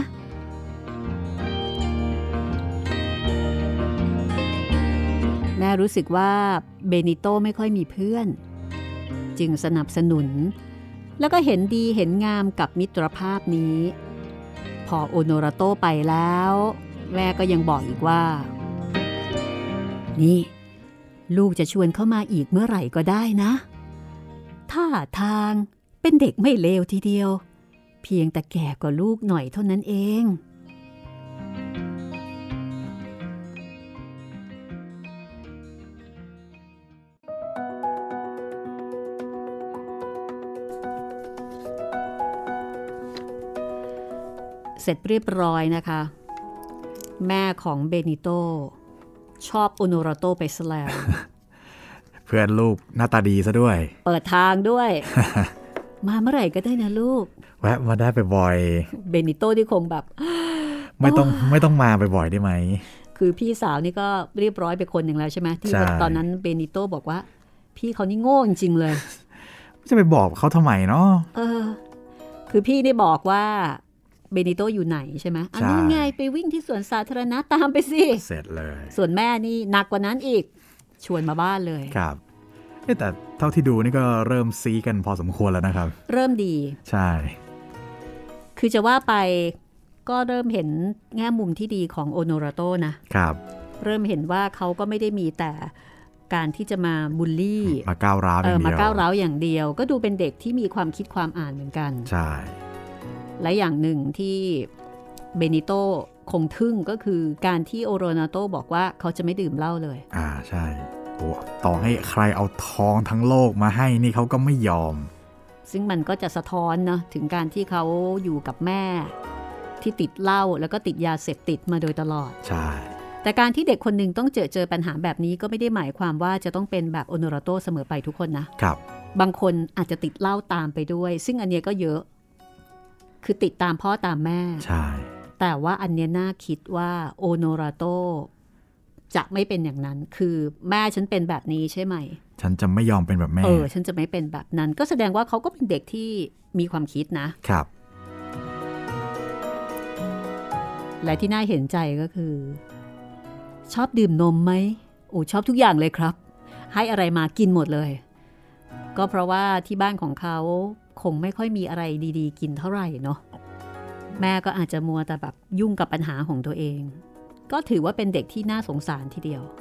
แม่รู้สึกว่าเบนิโตไม่ค่อยมีเพื่อนจึงสนับสนุนแล้วก็เห็นดีเห็นงามกับมิตรภาพนี้พอโอโนราโตไปแล้วแม่ก็ยังบอกอีกว่านี่ลูกจะชวนเข้ามาอีกเมื่อไหร่ก็ได้นะท่าทางเป็นเด็กไม่เลวทีเดียวเพียงแต่แก่กว่าลูกหน่อยเท่านั้นเองเสร็จเรียบร้อยนะคะแม่ของเบนิโตชอบโอโนราโตไปซะแล้วเพื่อนลูกหน้าตาดีซะด้วยเปิดทางด้วย มาเมื่อไหร่ก็ได้นะลูกแวะมาได้บ่อยเบนิโตที่คงแบบไม่ต้องไม่ต้องมาบ่อยๆได้ไหมคือพี่สาวนี่ก็เรียบร้อยไปคนหนึ่งแล้วใช่ไหมที่ตอนนั้นเบนิโตบอกว่าพี่เขานี่โง่จริงๆเลยจะไปบอกเขาทำไมเนาะเออคือพี่ได้บอกว่าเบนิโตอยู่ไหนใช่ไหมอันนี้ไงไปวิ่งที่สวนสาธารณะตามไปสิเสร็จเลยส่วนแม่นี่หนักกว่านั้นอีกชวนมาบ้านเลยครับแต่เท่าที่ดูนี่ก็เริ่มซีกันพอสมควรแล้วนะครับเริ่มดีใช่คือจะว่าไปก็เริ่มเห็นแง่มุมที่ดีของโอโนราโตนะครับเริ่มเห็นว่าเขาก็ไม่ได้มีแต่การที่จะมาบูลลี่มาก้าวร้าวอย่างเดียวมาก้าวร้าวอย่างเดียวก็ดูเป็นเด็กที่มีความคิดความอ่านเหมือนกันใช่และอย่างหนึ่งที่เบนิโตคงทึ่งก็คือการที่โอโรนาโตบอกว่าเขาจะไม่ดื่มเหล้าเลยอ่าใช่โอ้ต่อให้ใครเอาทองทั้งโลกมาให้นี่เขาก็ไม่ยอมซึ่งมันก็จะสะท้อนนะถึงการที่เขาอยู่กับแม่ที่ติดเหล้าแล้วก็ติดยาเสพติดมาโดยตลอดใช่แต่การที่เด็กคนหนึ่งต้องเจอเจอปัญหาแบบนี้ก็ไม่ได้หมายความว่าจะต้องเป็นแบบโอโนราโตเสมอไปทุกคนนะครับบางคนอาจจะติดเหล้าตามไปด้วยซึ่งอันเนี้ยก็เยอะคือติดตามพ่อตามแม่ใช่แต่ว่าอันเนี้ยน่าคิดว่าโอโนราโตจะไม่เป็นอย่างนั้นคือแม่ฉันเป็นแบบนี้ใช่ไหมฉันจะไม่ยอมเป็นแบบแม่เออฉันจะไม่เป็นแบบนั้นก็แสดงว่าเขาก็เป็นเด็กที่มีความคิดนะครับและที่น่าเห็นใจก็คือชอบดื่มนมไหมโอ้ชอบทุกอย่างเลยครับให้อะไรมากินหมดเลยก็เพราะว่าที่บ้านของเขาคงไม่ค่อยมีอะไรดีๆกินเท่าไหร่เนาะแม่ก็อาจจะมัวแต่แบบยุ่งกับปัญหาของตัวเองก็ถือว่าเป็นเด็กที่น่าสงสารทีเดียว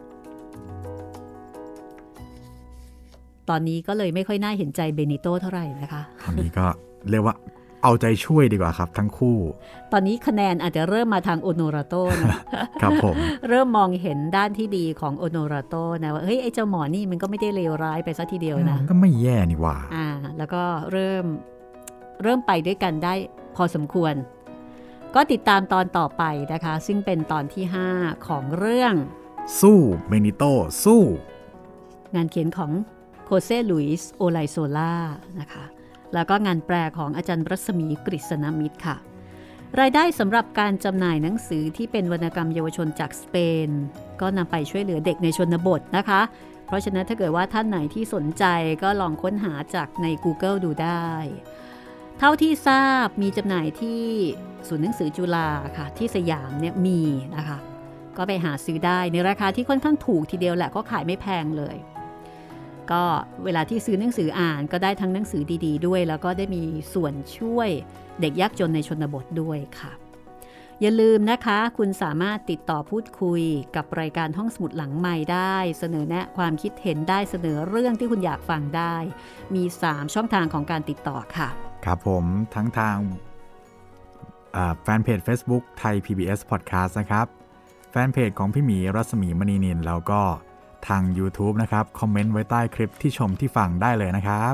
ตอนนี้ก็เลยไม่ค่อยน่าเห็นใจเบนิโตเท่าไหร่นะคะตอนนี้ก็เรียกว่าเอาใจช่วยดีกว่าครับทั้งคู่ตอนนี้คะแนนอาจจะเริ่มมาทางโอโนราโต้นะครับผมเริ่มมองเห็นด้านที่ดีของโอโนราโต้นะว่าเฮ้ยไอ้เจ้าหมอนี่มันก็ไม่ได้เลวร้ายไปซะทีเดียวนะก็ไม่แย่นี่ว่าอ่าแล้วก็เริ่มเริ่มไปด้วยกันได้พอสมควรก็ติดตามตอนต่อไปนะคะซึ่งเป็นตอนที่ห้าของเรื่องสู้เบนิโตสู้งานเขียนของโคเซ่ลุยส์โอไลโซล่านะคะแล้วก็งานแปลของอาจารย์รัศมีกฤษณมิตรค่ะรายได้สำหรับการจำหน่ายหนังสือที่เป็นวรรณกรรมเยาวชนจากสเปนก็นำไปช่วยเหลือเด็กในชนบทนะคะเพราะฉะนั้นถ้าเกิดว่าท่านไหนที่สนใจก็ลองค้นหาจากใน Google ดูได้เท่าที่ทราบมีจำหน่ายที่ศูนย์หนังสือจุฬาค่ะที่สยามเนี่ยมีนะคะก็ไปหาซื้อได้ในราคาที่ค่อนข้างถูกทีเดียวแหละก็ขายไม่แพงเลยก็เวลาที่ซื้อหนังสืออ่านก็ได้ทั้งหนังสือดีๆด้วยแล้วก็ได้มีส่วนช่วยเด็กยากจนในชนบทด้วยค่ะอย่าลืมนะคะคุณสามารถติดต่อพูดคุยกับรายการห้องสมุดหลังไมค์ได้เสนอแนะความคิดเห็นได้เสนอเรื่องที่คุณอยากฟังได้มีสามช่องทางของการติดต่อค่ะครับผมทั้งทางแฟนเพจ Facebook ไทย พี บี เอส Podcast นะครับแฟนเพจของพี่หมีรัศมีมณีนินแล้วก็ทาง YouTube นะครับคอมเมนต์ไว้ใต้คลิปที่ชมที่ฟังได้เลยนะครับ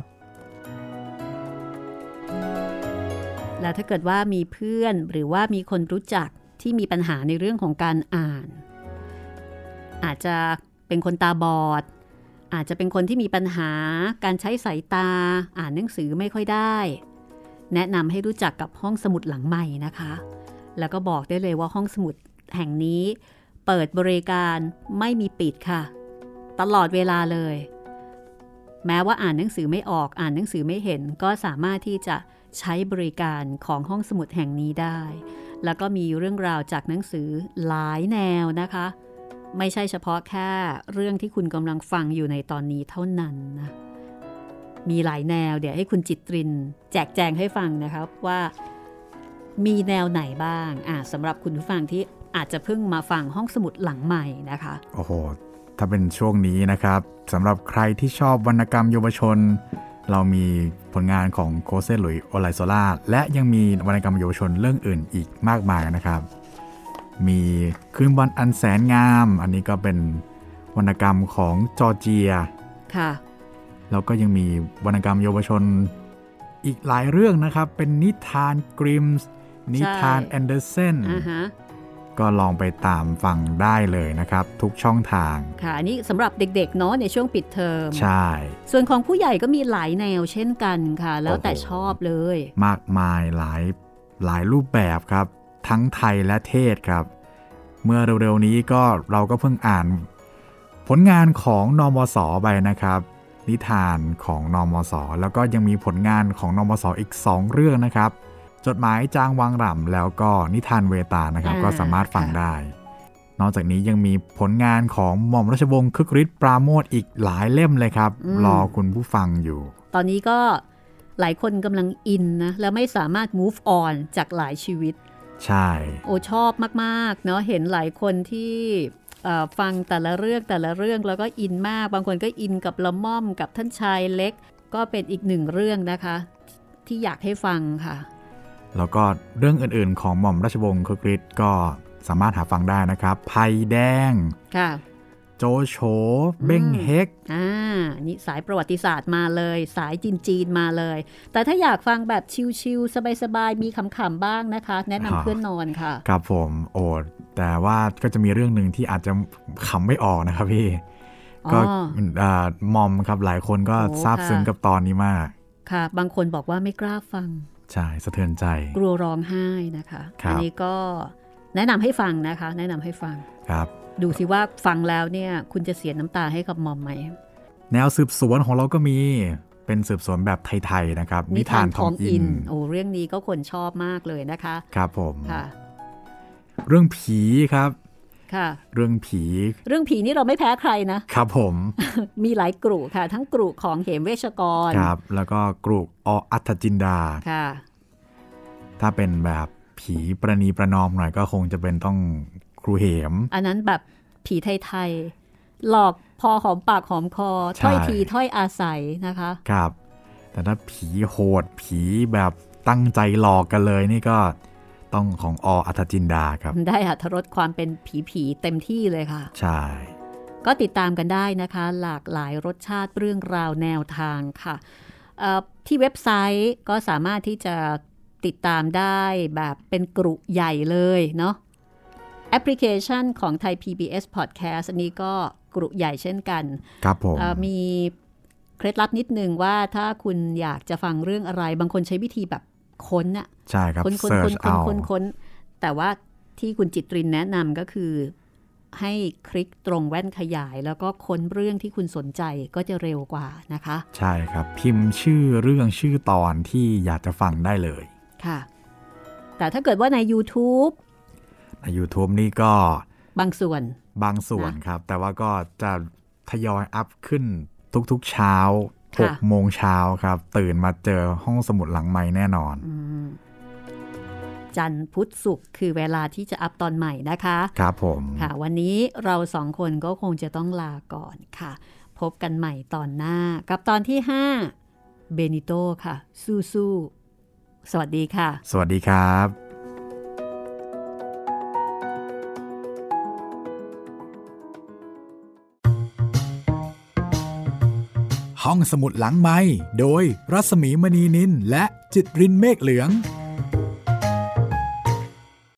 แล้วถ้าเกิดว่ามีเพื่อนหรือว่ามีคนรู้จักที่มีปัญหาในเรื่องของการอ่านอาจจะเป็นคนตาบอดอาจจะเป็นคนที่มีปัญหาการใช้สายตาอ่านหนังสือไม่ค่อยได้แนะนำให้รู้จักกับห้องสมุดหลังใหม่นะคะแล้วก็บอกได้เลยว่าห้องสมุดแห่งนี้เปิดบริการไม่มีปิดค่ะตลอดเวลาเลยแม้ว่าอ่านหนังสือไม่ออกอ่านหนังสือไม่เห็นก็สามารถที่จะใช้บริการของห้องสมุดแห่งนี้ได้แล้วก็มีเรื่องราวจากหนังสือหลายแนวนะคะไม่ใช่เฉพาะแค่เรื่องที่คุณกำลังฟังอยู่ในตอนนี้เท่านั้นนะมีหลายแนวเดี๋ยวให้คุณจิตรินแจกแจงให้ฟังนะครับว่ามีแนวไหนบ้างอ่ะสำหรับคุณผู้ฟังที่อาจจะเพิ่งมาฟังห้องสมุดหลังใหม่นะคะโอ้โหถ้าเป็นช่วงนี้นะครับสำหรับใครที่ชอบวรรณกรรมเยาวชนเรามีผลงานของโคเซ่หลุยส์โอไลโซล่าและยังมีวรรณกรรมเยาวชนเรื่องอื่นอีกมากมายนะครับมีคืนวันอันแสนงามอันนี้ก็เป็นวรรณกรรมของจอร์เจียค่ะแล้วก็ยังมีวรรณกรรมเยาวชนอีกหลายเรื่องนะครับเป็นนิทานกริมส์นิทานแอนเดอร์เซน uh-huh. ก็ลองไปตามฟังได้เลยนะครับทุกช่องทางค่ะอันนี้สำหรับเด็กๆเนาะในช่วงปิดเทอมใช่ส่วนของผู้ใหญ่ก็มีหลายแนวเช่นกันค่ะแล้วแต่ชอบเลยมากมายหลายหลายรูปแบบครับทั้งไทยและเทศครับเมื่อเร็วๆนี้ก็เราก็เพิ่งอ่านผลงานของนมส.ไปนะครับนิทานของนมส.แล้วก็ยังมีผลงานของนมส.อีกสองเรื่องนะครับจดหมายจางวังหร่ำแล้วก็นิทานเวตานะครับก็สามารถฟังได้นอกจากนี้ยังมีผลงานของหม่อมราชวงศ์คึกฤทธิ์ปราโมทย์อีกหลายเล่มเลยครับรอคุณผู้ฟังอยู่ตอนนี้ก็หลายคนกำลังอินนะแล้วไม่สามารถ move on จากหลายชีวิตใช่โอ้ชอบมากๆเนาะเห็นหลายคนที่ฟังแต่ละเรื่องแต่ละเรื่องแล้วก็อินมากบางคนก็อินกับละม่อมกับท่านชายเล็กก็เป็นอีกหนึ่งเรื่องนะคะที่อยากให้ฟังค่ะแล้วก็เรื่องอื่นๆของหม่อมราชวงศ์คึกฤทธิ์ก็สามารถหาฟังได้นะครับไผ่แดงค่ะโจโฉเบ้งเฮกอ่านี่สายประวัติศาสตร์มาเลยสายจีนๆมาเลยแต่ถ้าอยากฟังแบบชิลๆสบายๆมีขำๆบ้างนะคะแนะนำเพื่อนนอนค่ะครับผมโอ้แต่ว่าก็จะมีเรื่องหนึ่งที่อาจจะขำไม่ออกนะครับพี่ก็มอมครับหลายคนก็ซาบซึ้งกับตอนนี้มากค่ะบางคนบอกว่าไม่กล้าฟังใช่สะเทือนใจกลัวร้องไห้นะคะอันนี้ก็แนะนำให้ฟังนะคะแนะนำให้ฟังครับดูสิว่าฟังแล้วเนี่ยคุณจะเสียน้ำตาให้กับมอมไหมแนวสืบสวนของเราก็มีเป็นสืบสวนแบบไทยๆนะครับนิทานทองอินโอ้เรื่องนี้ก็คนชอบมากเลยนะคะครับผมค่ะเรื่องผีครับค่ะเรื่องผีเรื่องผีนี่เราไม่แพ้ใครนะครับผมมีหลายกลุ่มค่ะทั้งกลุ่มของเหมเวชกรครับแล้วก็กลุ่มออัฏฐจินดาค่ะถ้าเป็นแบบผีประนีประนอมหน่อยก็คงจะเป็นต้องครูเหมอันนั้นแบบผีไทยๆหลอกพอหอมปากหอมคอถ้อยทีถ้อยอาศัยนะคะครับแต่ถ้าผีโหดผีแบบตั้งใจหลอกกันเลยนี่ก็ต้องของอ.อัธจินดาครับได้อรรถรสความเป็นผีๆเต็มที่เลยค่ะใช่ก็ติดตามกันได้นะคะหลากหลายรสชาติเรื่องราวแนวทางค่ะที่เว็บไซต์ก็สามารถที่จะติดตามได้แบบเป็นกลุ่มใหญ่เลยเนาะแอปพลิเคชันของไทย พี บี เอส Podcast อันนี้ก็กลุ่มใหญ่เช่นกันครับผมมีเคล็ดลับนิดนึงว่าถ้าคุณอยากจะฟังเรื่องอะไรบางคนใช้วิธีแบบค้นอะใช่ครับค้นค้นค้นค้นค้นค้นแต่ว่าที่คุณจิตรินแนะนำก็คือให้คลิกตรงแว่นขยายแล้วก็ค้นเรื่องที่คุณสนใจก็จะเร็วกว่านะคะใช่ครับพิมพ์ชื่อเรื่องชื่อตอนที่อยากจะฟังได้เลยค่ะแต่ถ้าเกิดว่าใน YouTube ใน YouTube นี่ก็บางส่วนบางส่วนครับแต่ว่าก็จะทยอยอัพขึ้นทุกๆเช้าหกโมงเช้าครับตื่นมาเจอห้องสมุดหลังไมค์แน่นอนจันทร์พุธศุกร์คือเวลาที่จะอัพตอนใหม่นะคะครับผมค่ะวันนี้เราสองคนก็คงจะต้องลาก่อนค่ะพบกันใหม่ตอนหน้ากับตอนที่ห้าเบนิโตค่ะสู้ๆสวัสดีค่ะสวัสดีครับห้องสมุดหลังไมค์โดยรัศมีมณีนินและจิตรินเมฆเหลือง